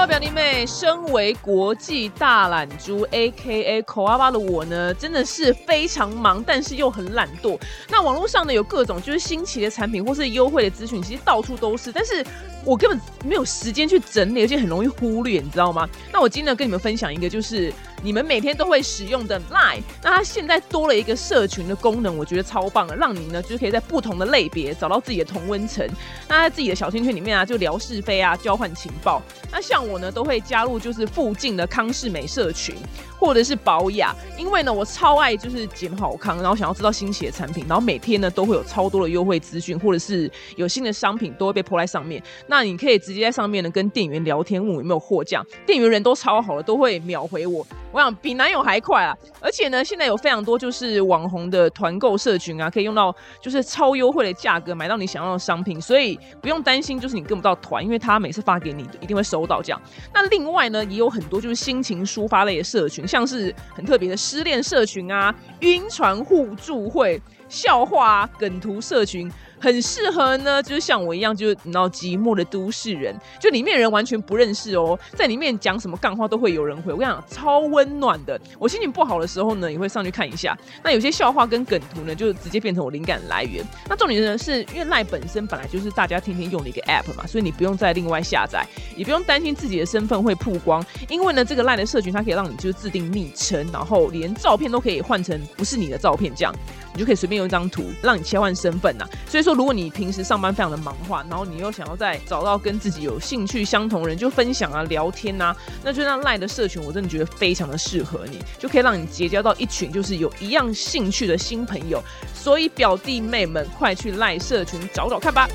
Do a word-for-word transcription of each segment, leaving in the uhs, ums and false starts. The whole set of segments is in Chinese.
Hello， 表弟妹，身为国际大懒猪 A K A 口阿巴的我呢，真的是非常忙，但是又很懒惰。那网络上呢有各种就是新奇的产品或是优惠的资讯，其实到处都是，但是我根本没有时间去整理，而且很容易忽略，你知道吗？那我今天呢跟你们分享一个，就是你们每天都会使用的 Line， 那它现在多了一个社群的功能，我觉得超棒的，让你呢就是可以在不同的类别找到自己的同温层。那在自己的小圈圈里面啊，就聊是非啊，交换情报。那像我呢，都会加入就是附近的康是美社群，或者是宝雅，因为呢，我超爱就是减好康，然后想要知道新奇的产品，然后每天呢都会有超多的优惠资讯，或者是有新的商品都会被 po 在上面。那你可以直接在上面呢跟店员聊天，问我有没有货降，店员人都超好了，都会秒回我。我想比男友还快啊！而且呢，现在有非常多就是网红的团购社群啊，可以用到就是超优惠的价格买到你想要的商品，所以不用担心就是你跟不到团，因为他每次发给你一定会收到这样。那另外呢，也有很多就是心情抒发类的社群，像是很特别的失恋社群啊、晕船互助会、笑话啊、梗图社群。很适合呢，就是像我一样，就是你知道寂寞的都市人，就里面人完全不认识哦，在里面讲什么干话都会有人回，我跟你讲超温暖的。我心情不好的时候呢，也会上去看一下。那有些笑话跟梗图呢，就直接变成我灵感来源。那重点呢，是因为 Line 本身本来就是大家天天用的一个 App 嘛，所以你不用再另外下载，也不用担心自己的身份会曝光，因为呢，这个 Line 的社群它可以让你就是自定昵称，然后连照片都可以换成不是你的照片，这样你就可以随便用一张图让你切换身份呐。所以说，如果你平时上班非常的忙的话，然后你又想要再找到跟自己有兴趣相同的人，就分享啊、聊天啊，那就让 Line 的社群，我真的觉得非常的适合你，就可以让你结交到一群就是有一样兴趣的新朋友。所以表弟妹们，快去 Line 社群找找看吧。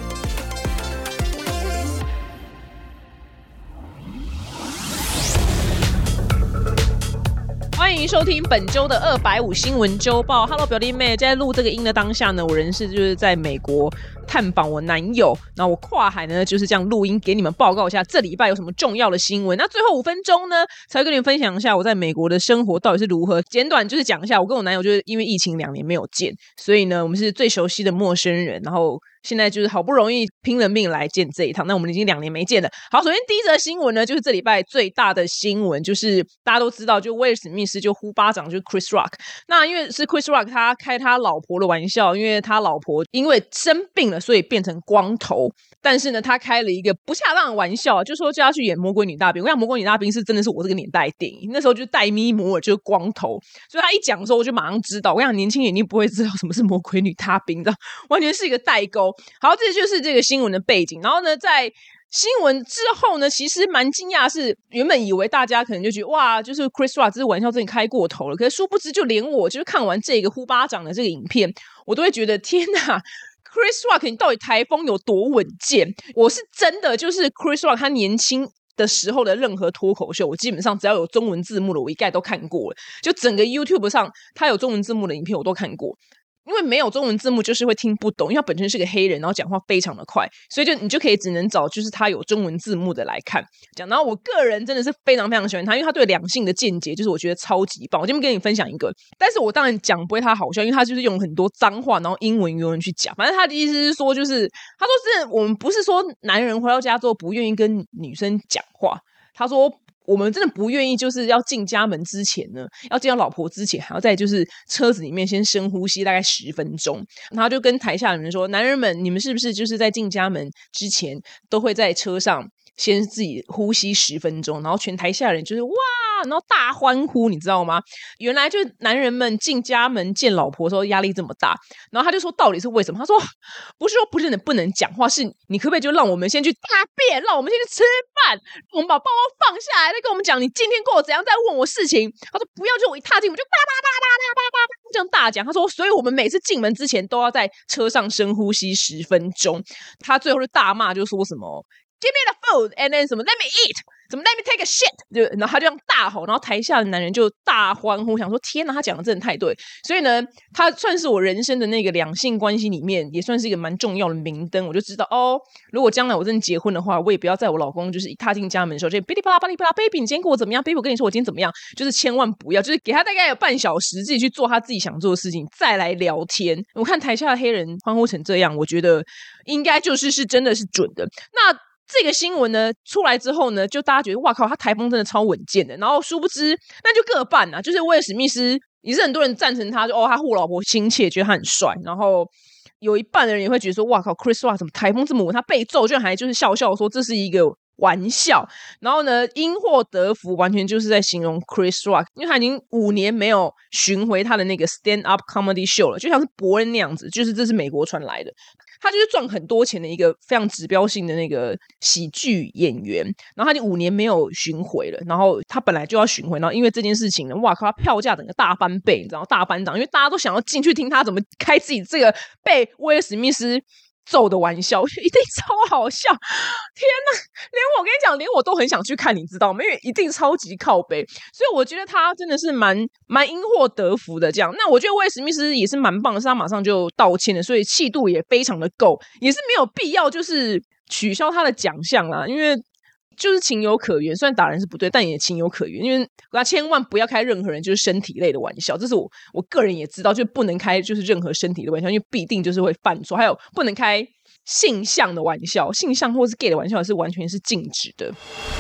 欢迎收听本周的二百五新闻周报。Hello， 表弟妹，在录这个音的当下呢，我人是就是在美国探访我男友，然后我跨海呢就是这样录音给你们报告一下这礼拜有什么重要的新闻。那最后五分钟呢，才会跟你们分享一下我在美国的生活到底是如何。简短就是讲一下，我跟我男友就是因为疫情两年没有见，所以呢，我们是最熟悉的陌生人，然后现在就是好不容易拼了命来见这一趟，那我们已经两年没见了。好，首先第一则新闻呢，就是这礼拜最大的新闻，就是大家都知道，就威尔史密斯就呼巴掌，就是 Chris Rock。那因为是 Chris Rock 他开他老婆的玩笑，因为他老婆因为生病了，所以变成光头。但是呢，他开了一个不恰当的玩笑，就说叫他去演魔鬼女大兵。我想魔鬼女大兵是真的是我这个年代的电影，那时候就戴咪摩尔就是光头，所以他一讲的时候我就马上知道。我想年轻人一定不会知道什么是魔鬼女大兵，知道完全是一个代沟。好，这就是这个新闻的背景。然后呢，在新闻之后呢，其实蛮惊讶，是原本以为大家可能就觉得哇，就是 Chris Rock 这玩笑真的开过头了，可是殊不知，就连我就是看完这个呼巴掌的这个影片，我都会觉得天哪，Chris Rock 你到底台风有多稳健？我是真的就是 Chris Rock 他年轻的时候的任何脱口秀，我基本上只要有中文字幕的，我一概都看过了。就整个 YouTube 上他有中文字幕的影片，我都看过。因为没有中文字幕就是会听不懂，因为他本身是个黑人，然后讲话非常的快，所以就你就可以只能找就是他有中文字幕的来看讲。然后我个人真的是非常非常喜欢他，因为他对两性的见解就是我觉得超级棒。我今天跟你分享一个，但是我当然讲不会他好笑，因为他就是用很多脏话，然后英文原文去讲。反正他的意思是说，就是他说真的，我们不是说男人回到家之后不愿意跟女生讲话，他说我们真的不愿意，就是要进家门之前呢，要见到老婆之前，还要在就是车子里面先深呼吸大概十分钟。然后就跟台下的人说：“男人们，你们是不是就是在进家门之前都会在车上先自己呼吸十分钟？”然后全台下的人就是哇，然后大欢呼，你知道吗？原来就是男人们进家门见老婆的时候压力这么大。然后他就说到底是为什么？他说不是说不是你不能讲话，是你可不可以就让我们先去大便，让我们先去吃饭，我们把包包放下来，再跟我们讲你今天过得怎样，再问我事情。他说不要，就我一踏进我就叭叭叭叭叭叭叭这样大讲。他说所以我们每次进门之前都要在车上深呼吸十分钟。他最后就大骂，就说什么 Give me the food and then 什么 Let me eat， 什么 Let me take a shit， 就然后他就这样大吼，然后台下的男人就大欢呼，想说天哪，他讲的真的太对。所以呢，他算是我人生的那个两性关系里面也算是一个蛮重要的明灯。我就知道哦，如果将来我真的结婚的话，我也不要在我老公就是一踏进家门的时候就哔哩吧啦哔哩吧啦 baby 你今天过我怎么样 baby 我跟你说我今天怎么样，就是千万不要，就是给他大概有半小时自己去做他自己想做的事情再来聊天。我看台下的黑人欢呼成这样，我觉得应该就是是真的是准的。那这个新闻呢出来之后呢，就大家觉得哇靠，他台风真的超稳健的。然后殊不知，那就各半啊，就是威尔史密斯也是很多人赞成他，就哦他护老婆心切，觉得他很帅。然后有一半的人也会觉得说，哇靠 ，Chris Rock 怎么台风这么稳？他被揍居然还就是笑笑说这是一个玩笑。然后呢，因祸得福，完全就是在形容 Chris Rock， 因为他已经五年没有巡回他的那个 stand up comedy show 了，就像是伯恩那样子，就是这是美国传来的。他就是赚很多钱的一个非常指标性的那个喜剧演员，然后他就五年没有巡回了，然后他本来就要巡回，然后因为这件事情呢，哇靠，他票价整个大翻倍，你知道大翻涨，因为大家都想要进去听他怎么开自己这个被威尔史密斯揍的玩笑，一定超好笑！天哪，连我跟你讲，连我都很想去看，你知道吗？因为一定超级靠北，所以我觉得他真的是蛮蛮因祸得福的这样。那我觉得威尔史密斯也是蛮棒的，是他马上就道歉了，所以气度也非常的够，也是没有必要就是取消他的奖项啦，因为就是情有可原，虽然打人是不对，但也情有可原，因为他千万不要开任何人就是身体类的玩笑，这是我我个人也知道，就不能开就是任何身体的玩笑，因为必定就是会犯错。还有不能开性向的玩笑，性向或是 gay 的玩笑是完全是禁止的。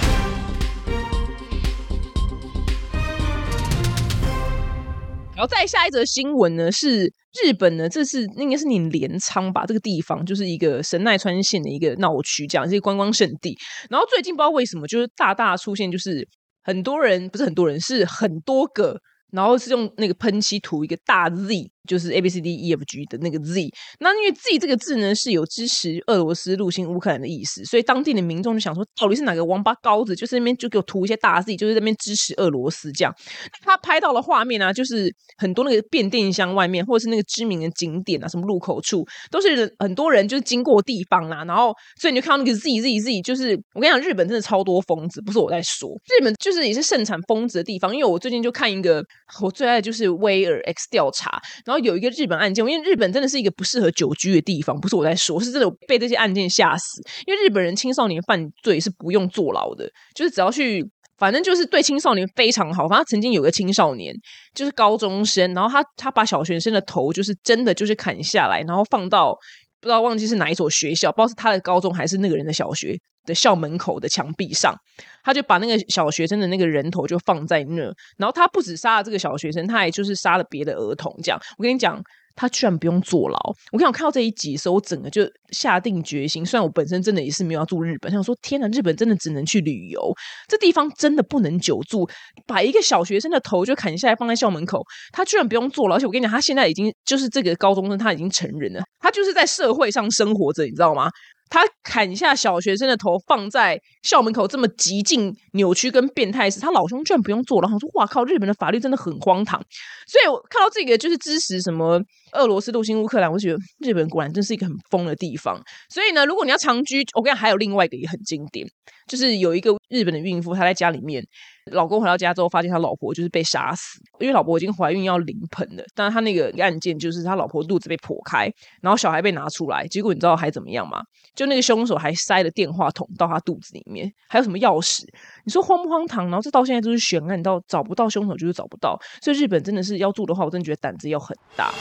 然后再下一则新闻呢，是日本呢，这是应该是念镰仓吧，这个地方就是一个神奈川县的一个闹区，这样是一个观光胜地。然后最近不知道为什么，就是大大出现，就是很多人不是很多人，是很多个，然后是用那个喷漆涂一个大 Z， 就是 A B C D E F G 的那个 Z。那因为 Z 这个字呢是有支持俄罗斯入侵乌克兰的意思，所以当地的民众就想说，到底是哪个王八羔子，就是那边就给我涂一些大 Z， 就是在那边支持俄罗斯这样。他拍到的画面啊，就是很多那个变电箱外面，或者是那个知名的景点啊，什么入口处，都是很多人就是经过地方啦、啊，然后所以你就看到那个 Z Z Z， 就是我跟你讲，日本真的超多疯子，不是我在说，日本就是也是盛产疯子的地方。因为我最近就看一个我最爱的就是威尔 X 调查，然后有一个日本案件，因为日本真的是一个不适合久居的地方，不是我在说，是真的被这些案件吓死。因为日本人青少年犯罪是不用坐牢的，就是只要去。反正就是对青少年非常好。反正他曾经有个青少年，就是高中生，然后他他把小学生的头就是真的就是砍下来，然后放到不知道忘记是哪一所学校，不知道是他的高中还是那个人的小学的校门口的墙壁上，他就把那个小学生的那个人头就放在那。然后他不止杀了这个小学生，他还就是杀了别的儿童。这样，我跟你讲。他居然不用坐牢！我跟你讲，我看到这一集的时候，我整个就下定决心。虽然我本身真的也是没有要住日本，想说天哪，日本真的只能去旅游，这地方真的不能久住。把一个小学生的头就砍下来放在校门口，他居然不用坐牢！而且我跟你讲，他现在已经就是这个高中生，他已经成人了，他就是在社会上生活着，你知道吗？他砍下小学生的头放在校门口，这么极尽扭曲跟变态时，他老兄居然不用坐牢。我说哇靠，日本的法律真的很荒唐。所以我看到这个就是支持什么俄罗斯入侵乌克兰，我就觉得日本果然真是一个很疯的地方。所以呢，如果你要长居，我跟你讲，还有另外一个也很经典，就是有一个日本的孕妇，她在家里面，老公回到家之后发现他老婆就是被杀死，因为老婆已经怀孕要临盆了，但是他那个案件就是他老婆肚子被剖开，然后小孩被拿出来，结果你知道还怎么样吗？就那个凶手还塞了电话筒到他肚子里面，还有什么钥匙，你说荒不荒唐？然后这到现在都是悬案，到找不到凶手就是找不到。所以日本真的是要住的话，我真的觉得胆子要很大。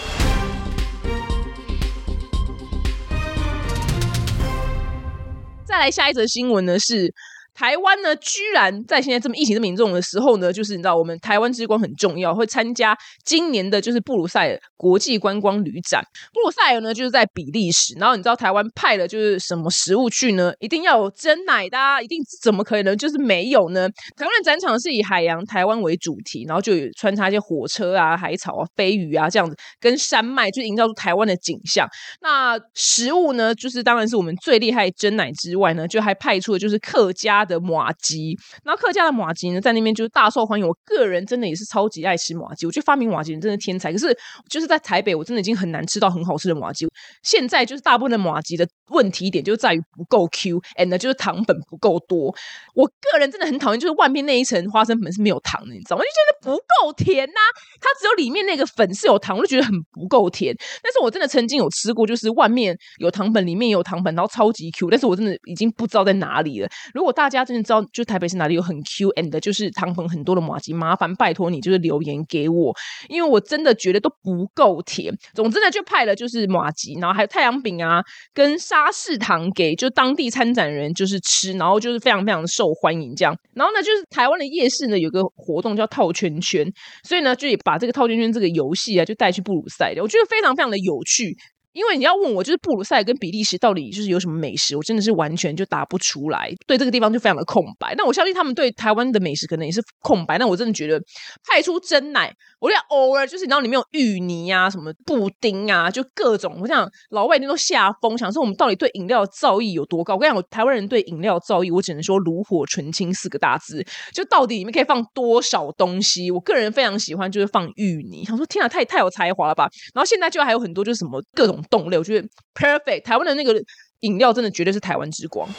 再来下一则新闻呢是台湾呢，居然在现在这么疫情这么严重的时候呢，就是你知道我们台湾之光很重要，会参加今年的就是布鲁塞尔国际观光旅展。布鲁塞尔呢就是在比利时，然后你知道台湾派了就是什么食物去呢？一定要有珍奶的啊，一定怎么可能就是没有呢？台湾的展场是以海洋台湾为主题，然后就有穿插一些火车啊、海草啊、飞鱼啊这样子，跟山脉，就营造出台湾的景象。那食物呢，就是当然是我们最厉害珍奶之外呢，就还派出的就是客家的麻糬。然后客家的麻糬呢，在那边就是大受欢迎。我个人真的也是超级爱吃麻糬，我觉得发明麻糬人真的天才。可是就是在台北，我真的已经很难吃到很好吃的麻糬。现在就是大部分的麻糬的问题点就在于不够 Q，and 就是糖粉不够多。我个人真的很讨厌，就是外面那一层花生粉是没有糖的，你知道吗？就觉得不够甜呐、啊，它只有里面那个粉是有糖，我就觉得很不够甜。但是我真的曾经有吃过，就是外面有糖粉，里面也有糖粉，然后超级 Q， 但是我真的已经不知道在哪里了。如果大家家真的知道就台北是哪里有很 Q and 的就是糖粉很多的麻糬，麻烦拜托你就是留言给我，因为我真的觉得都不够甜。总之呢就派了就是麻糬，然后还有太阳饼啊跟沙士糖给就当地参展人就是吃，然后就是非常非常受欢迎这样。然后呢就是台湾的夜市呢有个活动叫套圈圈，所以呢就也把这个套圈圈这个游戏啊就带去布鲁塞尔，我觉得非常非常的有趣。因为你要问我就是布鲁塞尔跟比利时到底就是有什么美食，我真的是完全就答不出来，对这个地方就非常的空白。那我相信他们对台湾的美食可能也是空白，那我真的觉得派出真奶，我觉得偶尔就是你知道里面有芋泥啊什么布丁啊就各种，我想老外一定都吓疯，想说我们到底对饮料的造诣有多高。我跟你讲，我台湾人对饮料造诣我只能说炉火纯青四个大字，就到底里面可以放多少东西。我个人非常喜欢就是放芋泥，想说天啊太太有才华了吧。然后现在就还有很多就是什么各种冻类，我觉得 perfect， 台湾的那个饮料真的绝对是台湾之光。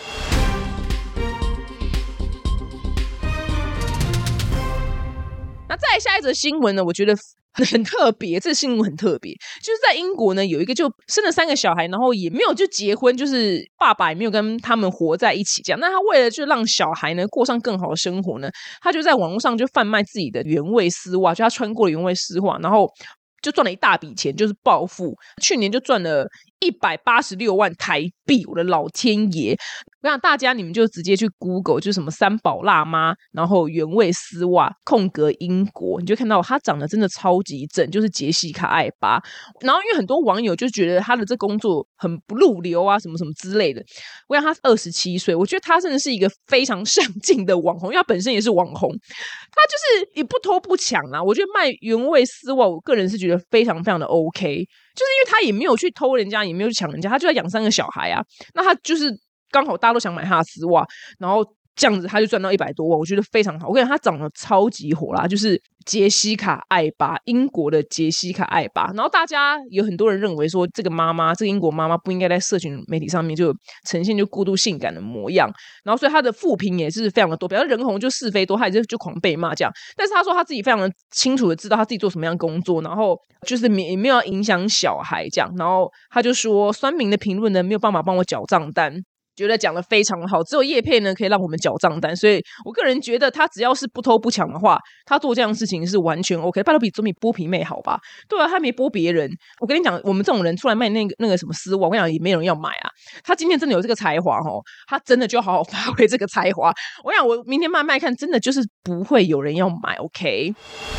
那再来下一则新闻呢，我觉得很特别，这个新闻很特别，就是在英国呢有一个就生了三个小孩，然后也没有就结婚，就是爸爸也没有跟他们活在一起这样。那他为了就让小孩呢过上更好的生活呢，他就在网络上就贩卖自己的原味丝袜，就他穿过的原味丝袜，然后就赚了一大笔钱，就是暴富，去年就赚了一百八十六万台币，我的老天爷。我想大家你们就直接去 Google 就什么三宝辣妈然后原味丝袜空格英国，你就看到她长得真的超级正，就是杰西卡艾巴。然后因为很多网友就觉得她的这工作很不入流啊什么什么之类的。我想她二十七岁，我觉得她真的是一个非常上进的网红，因为她本身也是网红，她就是也不偷不抢啊。我觉得卖原味丝袜我个人是觉得非常非常的 OK， 就是因为她也没有去偷人家，也没有去抢人家，她就在养三个小孩啊，那她就是刚好大家都想买她的丝袜，然后这样子他就赚到一百多万，我觉得非常好。我跟你讲，他长得超级火啦，就是杰西卡艾巴，英国的杰西卡艾巴。然后大家有很多人认为说，这个妈妈，这个英国妈妈不应该在社群媒体上面就呈现就过度性感的模样，然后所以他的负评也是非常的多，比如人红就是非多，他也就就狂被骂这样。但是他说他自己非常的清楚的知道他自己做什么样的工作，然后就是也没有要影响小孩这样。然后他就说，酸民的评论呢没有办法帮我缴账单。觉得讲得非常好，只有业配呢可以让我们缴账单，所以我个人觉得他只要是不偷不抢的话，他做这样的事情是完全 OK。拜托比总比剥皮妹好吧？对啊，他没剥别人。我跟你讲，我们这种人出来卖那个那个什么丝袜，我跟你讲也没有人要买啊。他今天真的有这个才华哦，他真的就好好发挥这个才华。我想我明天卖卖看，真的就是不会有人要买 OK。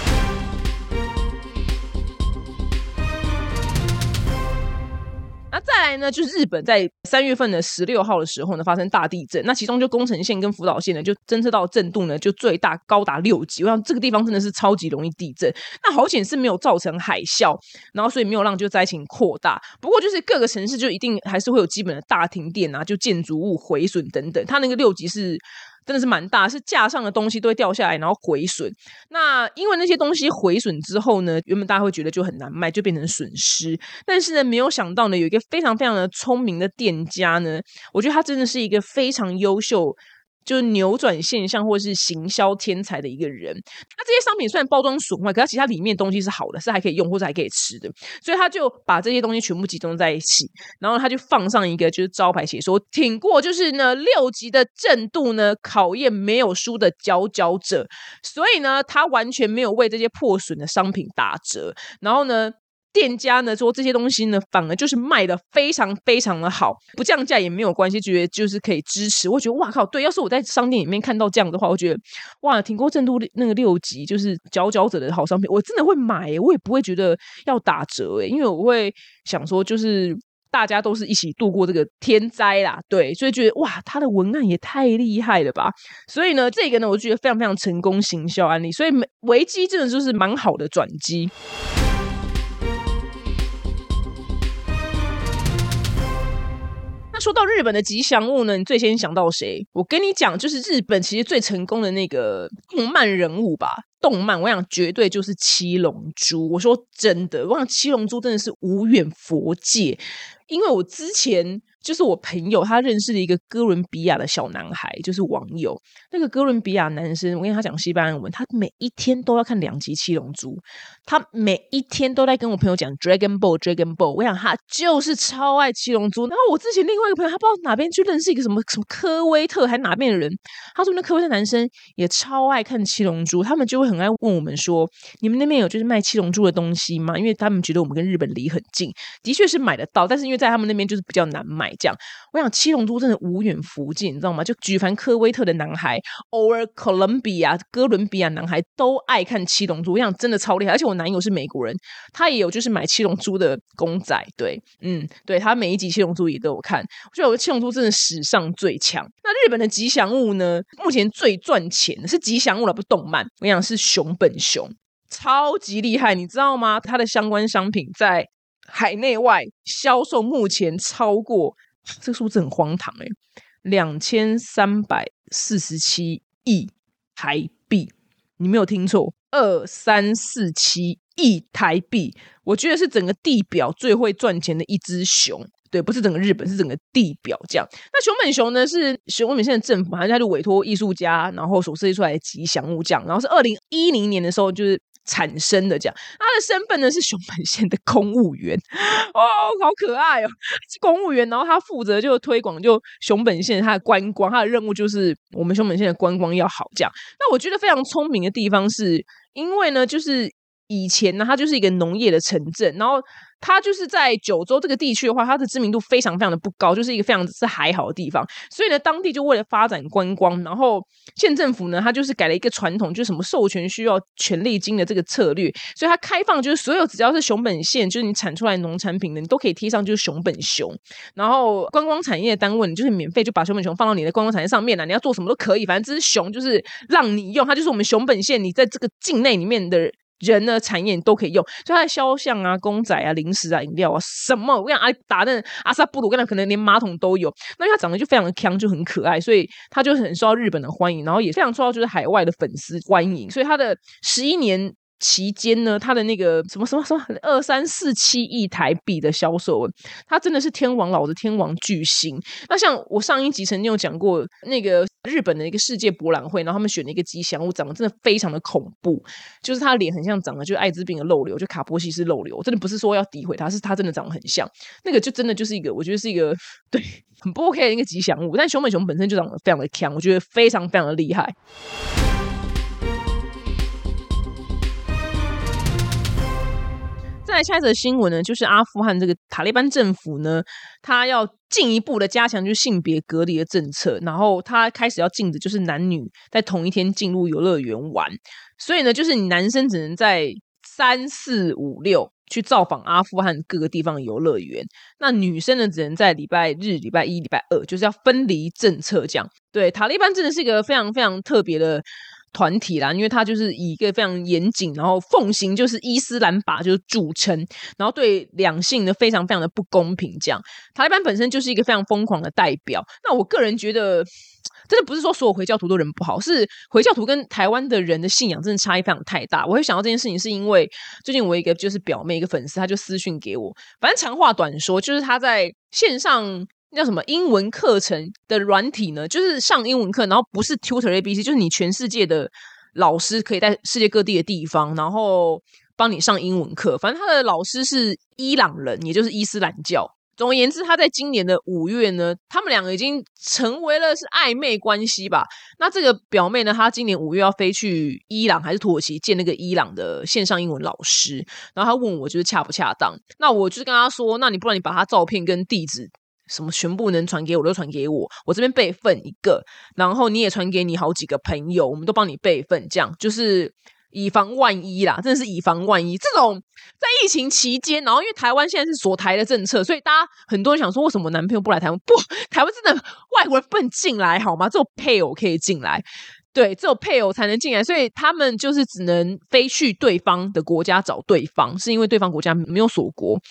那再来呢，就是日本在三月份的十六号的时候呢，发生大地震。那其中就宫城县跟福岛县呢，就侦测到震度呢就最大高达六级。我想这个地方真的是超级容易地震。那好险是没有造成海啸，然后所以没有让就灾情扩大。不过就是各个城市就一定还是会有基本的大停电啊，就建筑物毁损等等。它那个六级是真的是蛮大，是架上的东西都会掉下来然后毁损。那因为那些东西毁损之后呢，原本大家会觉得就很难卖，就变成损失。但是呢没有想到呢，有一个非常非常的聪明的店家呢，我觉得他真的是一个非常优秀，就是扭转现象或是行销天才的一个人。那这些商品虽然包装损坏，可是其实它里面东西是好的，是还可以用或者还可以吃的，所以他就把这些东西全部集中在一起，然后他就放上一个就是招牌写说，挺过就是呢六级的震度呢考验没有输的佼佼者。所以呢他完全没有为这些破损的商品打折，然后呢店家呢说这些东西呢反而就是卖的非常非常的好，不降价也没有关系，觉得就是可以支持。我觉得哇靠，对，要是我在商店里面看到这样的话，我觉得哇挺过震度那个六级就是佼佼者的好商品，我真的会买耶，我也不会觉得要打折耶，因为我会想说就是大家都是一起度过这个天灾啦，对，所以觉得哇他的文案也太厉害了吧。所以呢这个呢我觉得非常非常成功行销案例，所以危机真的就是蛮好的转机。说到日本的吉祥物呢，你最先想到谁？我跟你讲，就是日本其实最成功的那个动漫人物吧， 动漫，我想绝对就是七龙珠。我说真的，我想七龙珠真的是无远佛界，因为我之前就是我朋友他认识了一个哥伦比亚的小男孩，就是网友。那个哥伦比亚男生，我跟他讲西班牙文，他每一天都要看两集七龙珠，他每一天都在跟我朋友讲 Dragon Ball Dragon Ball。我想他就是超爱七龙珠。然后我之前另外一个朋友，他不知道哪边去认识一个什么什么科威特还哪边的人，他说那科威特男生也超爱看七龙珠，他们就会很爱问我们说，你们那边有就是卖七龙珠的东西吗？因为他们觉得我们跟日本离很近，的确是买得到，但是因为在他们那边就是比较难买这样。我想七龙珠真的无远弗届，你知道吗？就举凡科威特的男孩，偶尔哥伦比亚哥伦比亚男孩都爱看七龙珠，我想真的超厉害。而且我男友是美国人，他也有就是买七龙珠的公仔，对，嗯，对，他每一集七龙珠也都有看。我觉得我的七龙珠真的史上最强。那日本的吉祥物呢？目前最赚钱的是吉祥物了，不是动漫。我想是熊本熊，超级厉害，你知道吗？它的相关商品在海内外销售目前超过，这个数字很荒唐诶，两千三百四十七亿台币，你没有听错，二三四七亿台币。我觉得是整个地表最会赚钱的一只熊。对，不是整个日本，是整个地表这样。那熊本熊呢，是熊本县的政府，好像他就委托艺术家，然后所设计出来的吉祥物这样。然后是二零一零年的时候就是产生的这样。他的身份呢是熊本县的公务员，哦，好可爱哦，是公务员。然后他负责就推广就熊本县他的观光，他的任务就是我们熊本县的观光要好这样。那我觉得非常聪明的地方是，因为呢，就是以前呢，它就是一个农业的城镇，然后它就是在九州这个地区的话，它的知名度非常非常的不高，就是一个非常是还好的地方。所以呢，当地就为了发展观光，然后县政府呢，它就是改了一个传统，就是什么授权需要权利金的这个策略，所以它开放就是所有只要是熊本县，就是你产出来农产品的，你都可以贴上就是熊本熊。然后观光产业单位，你就是免费就把熊本熊放到你的观光产业上面了，你要做什么都可以，反正这只熊就是让你用，它就是我们熊本县你在这个境内里面的人呢产业你都可以用，所以它的肖像啊、公仔啊、零食啊、饮料啊什么，我跟你讲，打那阿萨布鲁，跟他可能连马桶都有。那因为它长得就非常的锵，就很可爱，所以它就很受到日本的欢迎，然后也非常受到就是海外的粉丝欢迎。所以它的十一年期间呢，它的那个什么什么什么二三四七亿台币的销售，它真的是天王老子天王巨星。那像我上一集曾经有讲过，那个日本的一个世界博览会，然后他们选了一个吉祥物，长得真的非常的恐怖，就是他脸很像长得就是艾滋病的肉瘤，就卡波西斯肉瘤。真的不是说要诋毁他，是他真的长得很像，那个就真的就是一个，我觉得是一个对很不 OK 的一个吉祥物。但熊本熊本身就长得非常的强，我觉得非常非常的厉害。再来下一则新闻呢，就是阿富汗这个塔利班政府呢，他要进一步的加强就是性别隔离的政策，然后他开始要禁止就是男女在同一天进入游乐园玩，所以呢，就是你男生只能在三四五六去造访阿富汗各个地方的游乐园，那女生呢只能在礼拜日、礼拜一、礼拜二，就是要分离政策这样。对，塔利班真的是一个非常非常特别的团体啦，因为他就是以一个非常严谨，然后奉行就是伊斯兰法就是著称，然后对两性呢非常非常的不公平这样。塔利班本身就是一个非常疯狂的代表，那我个人觉得真的不是说所有回教徒都人不好，是回教徒跟台湾的人的信仰真的差异非常太大。我会想到这件事情是因为最近我一个就是表妹一个粉丝，他就私讯给我，反正长话短说，就是他在线上叫什么英文课程的软体呢，就是上英文课，然后不是 Tutor A B C， 就是你全世界的老师可以在世界各地的地方，然后帮你上英文课。反正他的老师是伊朗人，也就是伊斯兰教。总而言之，他在今年的五月呢，他们两个已经成为了是暧昧关系吧。那这个表妹呢，她今年五月要飞去伊朗还是土耳其见那个伊朗的线上英文老师，然后他问我就是恰不恰当。那我就是跟他说，那你不然你把他照片跟地址什么全部能传给我都传给我，我这边备份一个，然后你也传给你好几个朋友，我们都帮你备份，这样就是以防万一啦，真的是以防万一。这种在疫情期间，然后因为台湾现在是锁台的政策，所以大家很多人想说，为什么我男朋友不来台湾？不，台湾真的外国人不能进来好吗？只有配偶可以进来。对，只有配偶才能进来，所以他们就是只能飞去对方的国家找对方，是因为对方国家没有锁国。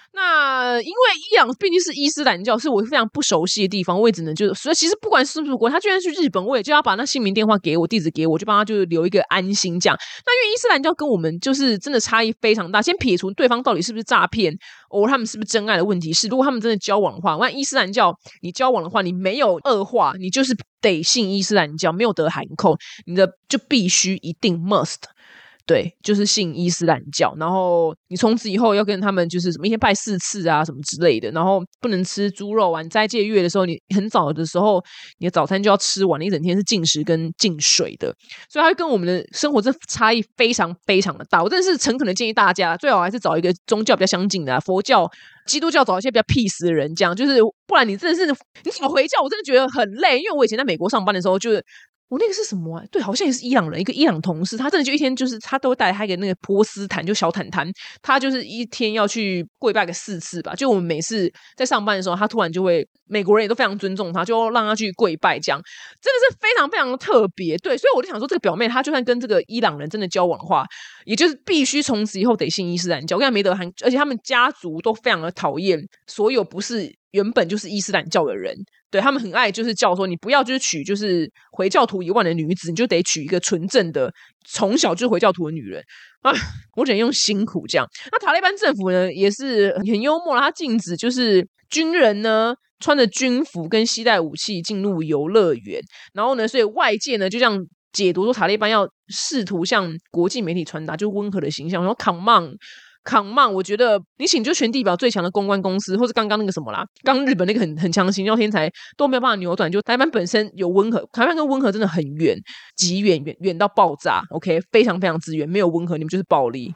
那因为伊朗毕竟是伊斯兰教，是我非常不熟悉的地方，我也只能就所以其实不管是不是国，他居然去日本，我也就要把那姓名电话给我，地址给我，就帮他就留一个安心这样。那因为伊斯兰教跟我们就是真的差异非常大，先撇除对方到底是不是诈骗，或他们是不是真爱的问题，是如果他们真的交往的话，那伊斯兰教你交往的话，你没有恶化，你就是得信伊斯兰教，没有得含扣，你的就必须一定 must。对，就是信伊斯兰教，然后你从此以后要跟他们就是什么一天拜四次啊什么之类的，然后不能吃猪肉啊，你斋戒月的时候，你很早的时候你的早餐就要吃完，你一整天是禁食跟禁水的，所以它会跟我们的生活这差异非常非常的大。我真的是诚恳的建议大家，最好还是找一个宗教比较相近的、啊、佛教、基督教，找一些比较 peace 的人，这样就是不然你真的是你找回教，我真的觉得很累，因为我以前在美国上班的时候就是。我那个是什么啊？对，好像也是伊朗人，一个伊朗同事，他真的就一天就是他都会带他一个那个波斯毯，就小毯毯，他就是一天要去跪拜个四次吧。就我们每次在上班的时候，他突然就会，美国人也都非常尊重他，就让他去跪拜，这样真的是非常非常的特别。对，所以我就想说，这个表妹她就算跟这个伊朗人真的交往的话，也就是必须从此以后得信伊斯兰教，跟他没得含，而且他们家族都非常的讨厌所有不是原本就是伊斯兰教的人。对，他们很爱就是叫说你不要就是娶就是回教徒以外的女子，你就得娶一个纯正的从小就是回教徒的女人啊！我只能用辛苦这样。那塔利班政府呢也是很幽默啦，他禁止就是军人呢穿着军服跟携带武器进入游乐园，然后呢，所以外界呢就这样解读说塔利班要试图向国际媒体传达就温和的形象，然后 come on。Come on， 我觉得你请就全地表最强的公关公司，或是刚刚那个什么啦，刚日本那个很很强行要天才都没有办法扭转，就台湾本身有温和，台湾跟温和真的很远，极远远远到爆炸 ，OK， 非常非常之远，没有温和，你们就是暴力。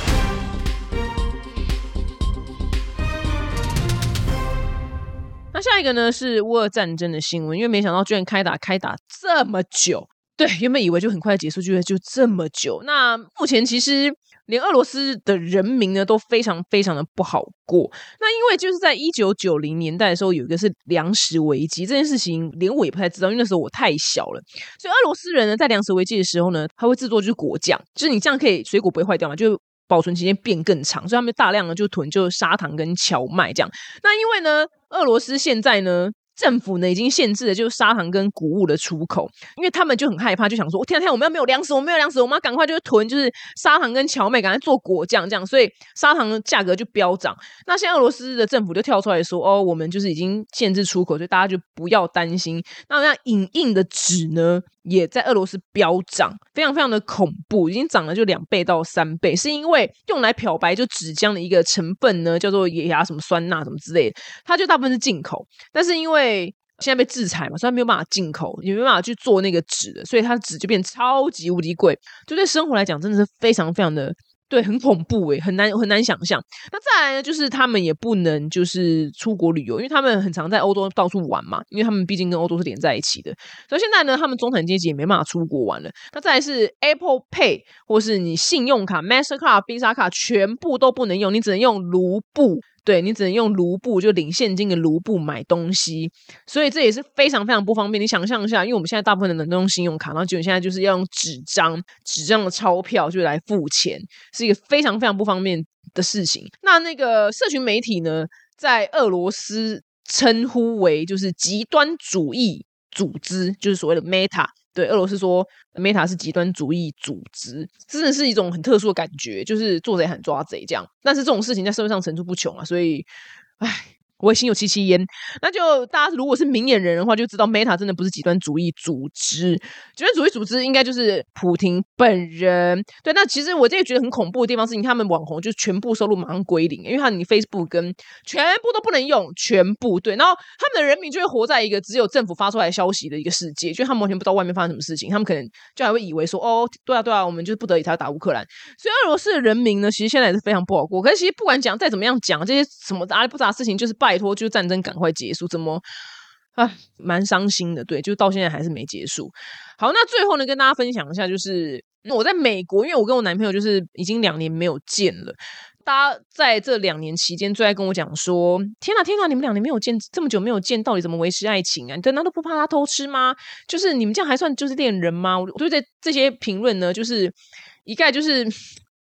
那下一个呢是乌俄战争的新闻，因为没想到居然开打开打这么久。对，原本以为就很快结束，就就这么久。那目前其实连俄罗斯的人民呢都非常非常的不好过。那因为就是在一九九零年代的时候，有一个是粮食危机，这件事情连我也不太知道，因为那时候我太小了。所以俄罗斯人呢在粮食危机的时候呢，他会制作就是果酱，就是你这样可以水果不会坏掉嘛，就保存期间变更长，所以他们大量的就囤就砂糖跟荞麦这样。那因为呢，俄罗斯现在呢。政府呢已经限制了就是砂糖跟谷物的出口，因为他们就很害怕，就想说天啊天啊，我们要没有粮食，我们没有粮食，我们要赶快就是囤就是砂糖跟荞麦，赶快做果酱这样，所以砂糖的价格就飙涨。那现在俄罗斯的政府就跳出来说，哦，我们就是已经限制出口，所以大家就不要担心。那那影印的纸呢，也在俄罗斯飙涨，非常非常的恐怖，已经涨了就两倍到三倍，是因为用来漂白就纸浆的一个成分呢，叫做野芽什么酸钠什么之类的，它就大部分是进口，但是因为现在被制裁嘛，所以它没有办法进口，也没有办法去做那个纸的，所以它纸就变超级无敌贵，就对生活来讲真的是非常非常的对，很恐怖诶，很难很难想象。那再来呢，就是他们也不能就是出国旅游，因为他们很常在欧洲到处玩嘛，因为他们毕竟跟欧洲是连在一起的。所以现在呢，他们中产阶级也没办法出国玩了。那再来是 Apple Pay 或是你信用卡 Mastercard、Visa 卡全部都不能用，你只能用卢布。对，你只能用卢布，就领现金的卢布买东西，所以这也是非常非常不方便。你想象一下，因为我们现在大部分的人都用信用卡，然后结果现在就是要用纸张、纸张的钞票就来付钱，是一个非常非常不方便的事情。那那个社群媒体呢，在俄罗斯称呼为就是极端主义组织，就是所谓的 Meta。对，俄罗斯说 Meta 是极端主义组织，真的是一种很特殊的感觉，就是做贼喊抓贼这样。但是这种事情在社会上层出不穷啊，所以，唉。我也心有戚戚焉，那就大家如果是明眼人的话，就知道 Meta 真的不是极端主义组织，极端主义组织应该就是普丁本人。对，那其实我这个觉得很恐怖的地方是，你看他们网红就全部收入马上归零，因为他你 Facebook 跟全部都不能用，全部对，然后他们的人民就会活在一个只有政府发出来消息的一个世界，就他们完全不知道外面发生什么事情，他们可能就还会以为说，哦，对啊对啊，我们就是不得已才要打乌克兰。所以俄罗斯的人民呢，其实现在也是非常不好过。可是其实不管讲再怎么样讲，这些什么阿里不杂的事情，就是拜托，就是战争赶快结束，怎么啊，蛮伤心的。对，就到现在还是没结束。好，那最后呢，跟大家分享一下，就是我在美国，因为我跟我男朋友就是已经两年没有见了。大家在这两年期间，最爱跟我讲说：“天哪，天哪，你们两年没有见，这么久没有见，到底怎么维持爱情啊？你难道都不怕他偷吃吗？就是你们这样还算就是恋人吗？”我对这这些评论呢，就是一概就是。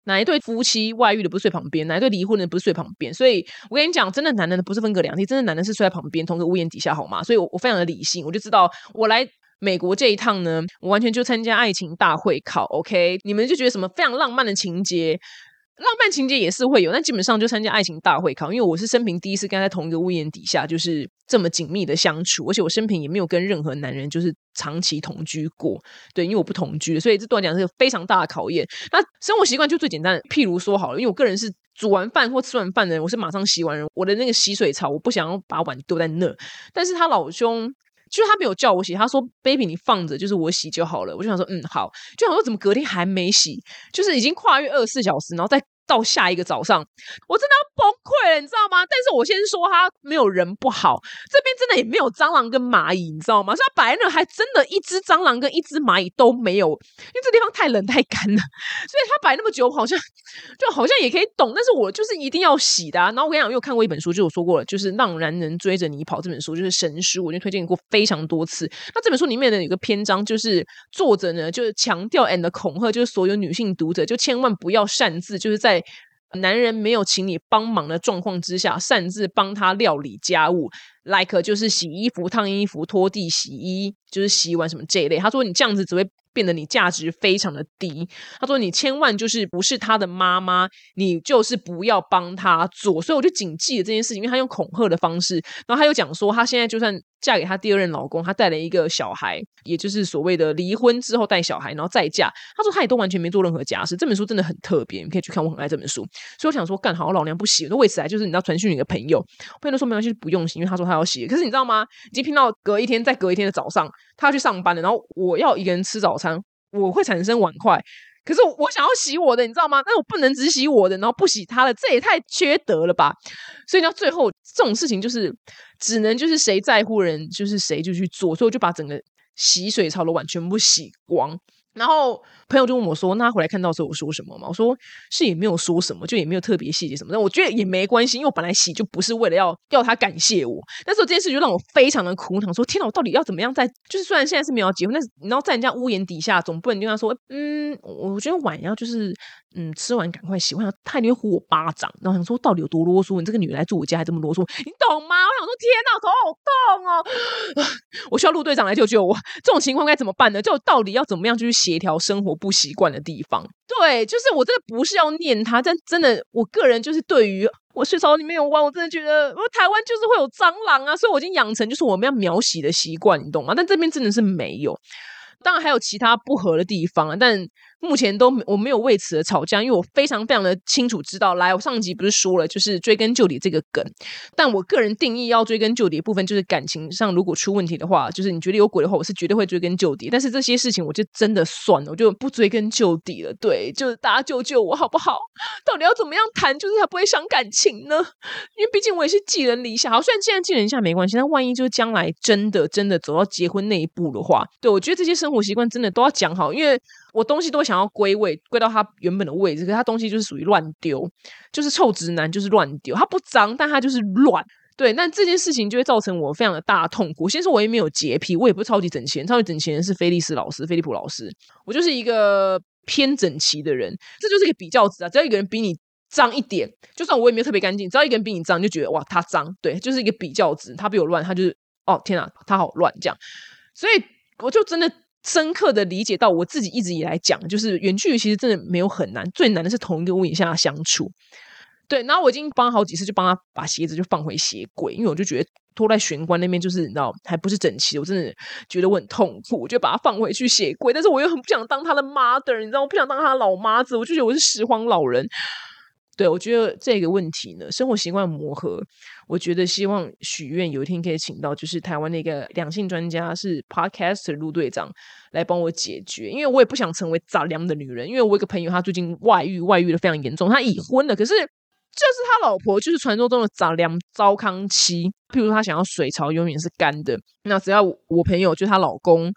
哪一对夫妻外遇的不是睡旁边，哪一对离婚的不是睡旁边。所以我跟你讲，真的男人的不是分隔两地，真的男人是睡在旁边同个屋檐底下好吗？所以我我非常的理性，我就知道我来美国这一趟呢，我完全就参加爱情大会考 OK， 你们就觉得什么非常浪漫的情节，浪漫情节也是会有，但基本上就参加爱情大会考，因为我是生平第一次跟他在同一个屋檐底下就是这么紧密的相处，而且我生平也没有跟任何男人就是长期同居过，对，因为我不同居，所以这对我讲是个非常大的考验。那生活习惯就最简单的，譬如说好了，因为我个人是煮完饭或吃完饭的人，我是马上洗碗人，我的那个洗水槽我不想要把碗丢在那，但是他老兄就是他没有叫我洗，他说 baby 你放着就是我洗就好了，我就想说嗯好，就想说怎么隔天还没洗，就是已经跨越二十四小时，然后再到下一个早上，我真的要崩溃了，你知道吗？但是我先说他没有人不好，这边真的也没有蟑螂跟蚂蚁，你知道吗？所以他摆在那还真的一只蟑螂跟一只蚂蚁都没有，因为这地方太冷太干了，所以他摆那么久好像就好像也可以懂，但是我就是一定要洗的啊。然后我跟你讲，因为我看过一本书，就有说过了，就是《让男人追着你跑》这本书就是神书，我就推荐过非常多次。那这本书里面的有一个篇章，就是作者呢就是强调 and 恐吓，就是所有女性读者就千万不要擅自就是在男人没有请你帮忙的状况之下擅自帮他料理家务， like 就是洗衣服烫衣服拖地洗衣就是洗碗什么这一类。他说你这样子只会变得你价值非常的低，他说你千万就是不是他的妈妈，你就是不要帮他做。所以我就谨记了这件事情，因为他用恐吓的方式，然后他又讲说他现在就算嫁给他第二任老公，他带了一个小孩，也就是所谓的离婚之后带小孩然后再嫁，他说他也都完全没做任何家事。这本书真的很特别，你可以去看，我很爱这本书。所以我想说干好老娘不洗，我为此来就是你知道传讯一个朋友，朋友都说没关系不用洗，因为他说他要洗。可是你知道吗，已经拼到隔一天再隔一天的早上他要去上班了，然后我要一个人吃早餐，我会产生碗筷，可是我想要洗我的你知道吗，但是我不能只洗我的然后不洗他的，这也太缺德了吧。所以到最后这种事情就是只能就是谁在乎人就是谁就去做，所以我就把整个洗水槽的碗全部洗光。然后朋友就问我说那他回来看到的时候我说什么吗？我说是也没有说什么，就也没有特别细节什么，但我觉得也没关系，因为我本来洗就不是为了要要他感谢我，但是这件事就让我非常的苦恼，说天哪我到底要怎么样在就是虽然现在是没有结婚，但是你要在人家屋檐底下总不能跟他说嗯我觉得碗要就是嗯吃完赶快洗，我想他一定会呼我巴掌，然后想说到底有多啰嗦，你这个女人来住我家还这么啰嗦，你懂吗？我想说天哪头好痛哦我需要陆队长来救救我，这种情况该怎么办呢？就到底要怎么样去协调生活不习惯的地方。对，就是我真的不是要念他，但真的我个人就是对于我水槽里面有碗，我真的觉得我台湾就是会有蟑螂啊，所以我已经养成就是我们要秒洗的习惯，你懂吗？但这边真的是没有，当然还有其他不合的地方啊，但目前都我没有为此而吵架，因为我非常非常的清楚知道，来我上一集不是说了就是追根究底这个梗，但我个人定义要追根究底的部分就是感情上如果出问题的话，就是你觉得有鬼的话我是绝对会追根究底，但是这些事情我就真的算了，我就不追根究底了。对，就是大家救救我好不好？到底要怎么样谈就是才不会伤感情呢？因为毕竟我也是寄人篱下，好，虽然现在寄人篱下没关系，但万一就是将来真的真的走到结婚那一步的话，对，我觉得这些生活习惯真的都要讲好，因为我东西都想要归位归到它原本的位置，可是它东西就是属于乱丢，就是臭直男就是乱丢，它不脏但它就是乱。对，但这件事情就会造成我非常的大的痛苦。先说我也没有洁癖，我也不是超级整齐人，超级整齐人是菲利斯老师菲利普老师，我就是一个偏整齐的人，这就是一个比较值啊，只要一个人比你脏一点，就算我也没有特别干净，只要一个人比你脏就觉得哇他脏，对，就是一个比较值，他比我乱他就是哦天啊他好乱这样。所以我就真的深刻的理解到我自己一直以来讲就是远距离其实真的没有很难，最难的是同一个屋檐下相处。对，然后我已经帮他好几次就帮他把鞋子就放回鞋柜，因为我就觉得拖在玄关那边就是你知道还不是整齐，我真的觉得我很痛苦，我就把它放回去鞋柜，但是我又很不想当他的 mother 你知道我不想当他的老妈子，我就觉得我是拾荒老人。对，我觉得这个问题呢生活习惯磨合，我觉得希望许愿有一天可以请到就是台湾的一个两性专家是 podcaster 陆队长来帮我解决，因为我也不想成为杂粮的女人，因为我有一个朋友他最近外遇外遇的非常严重，他已婚了，可是就是他老婆就是传说中的杂粮糟糠妻，譬如他想要水槽永远是干的，那只要我朋友就是她老公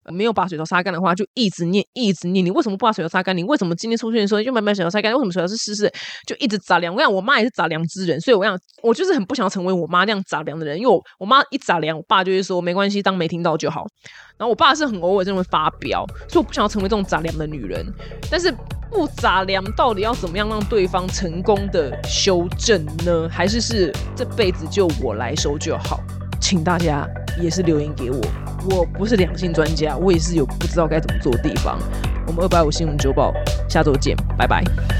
没有把水头擦干的话，就一直念一直念，你为什么不把水头擦干？你为什么今天出现的时候就没把水头擦干？为什么水头是湿湿的？就一直杂粮。我跟你讲，我妈也是杂粮之人，所以我想我就是很不想要成为我妈那样杂粮的人，因为我我妈一杂粮，我爸就会说没关系，当没听到就好。然后我爸是很偶尔真的会发飙，所以我不想要成为这种杂粮的女人。但是不杂粮到底要怎么样让对方成功的修正呢？还是是这辈子就我来收就好？请大家也是留言给我，我不是两性专家，我也是有不知道该怎么做的地方。我们二百五新闻周报下周见，拜拜。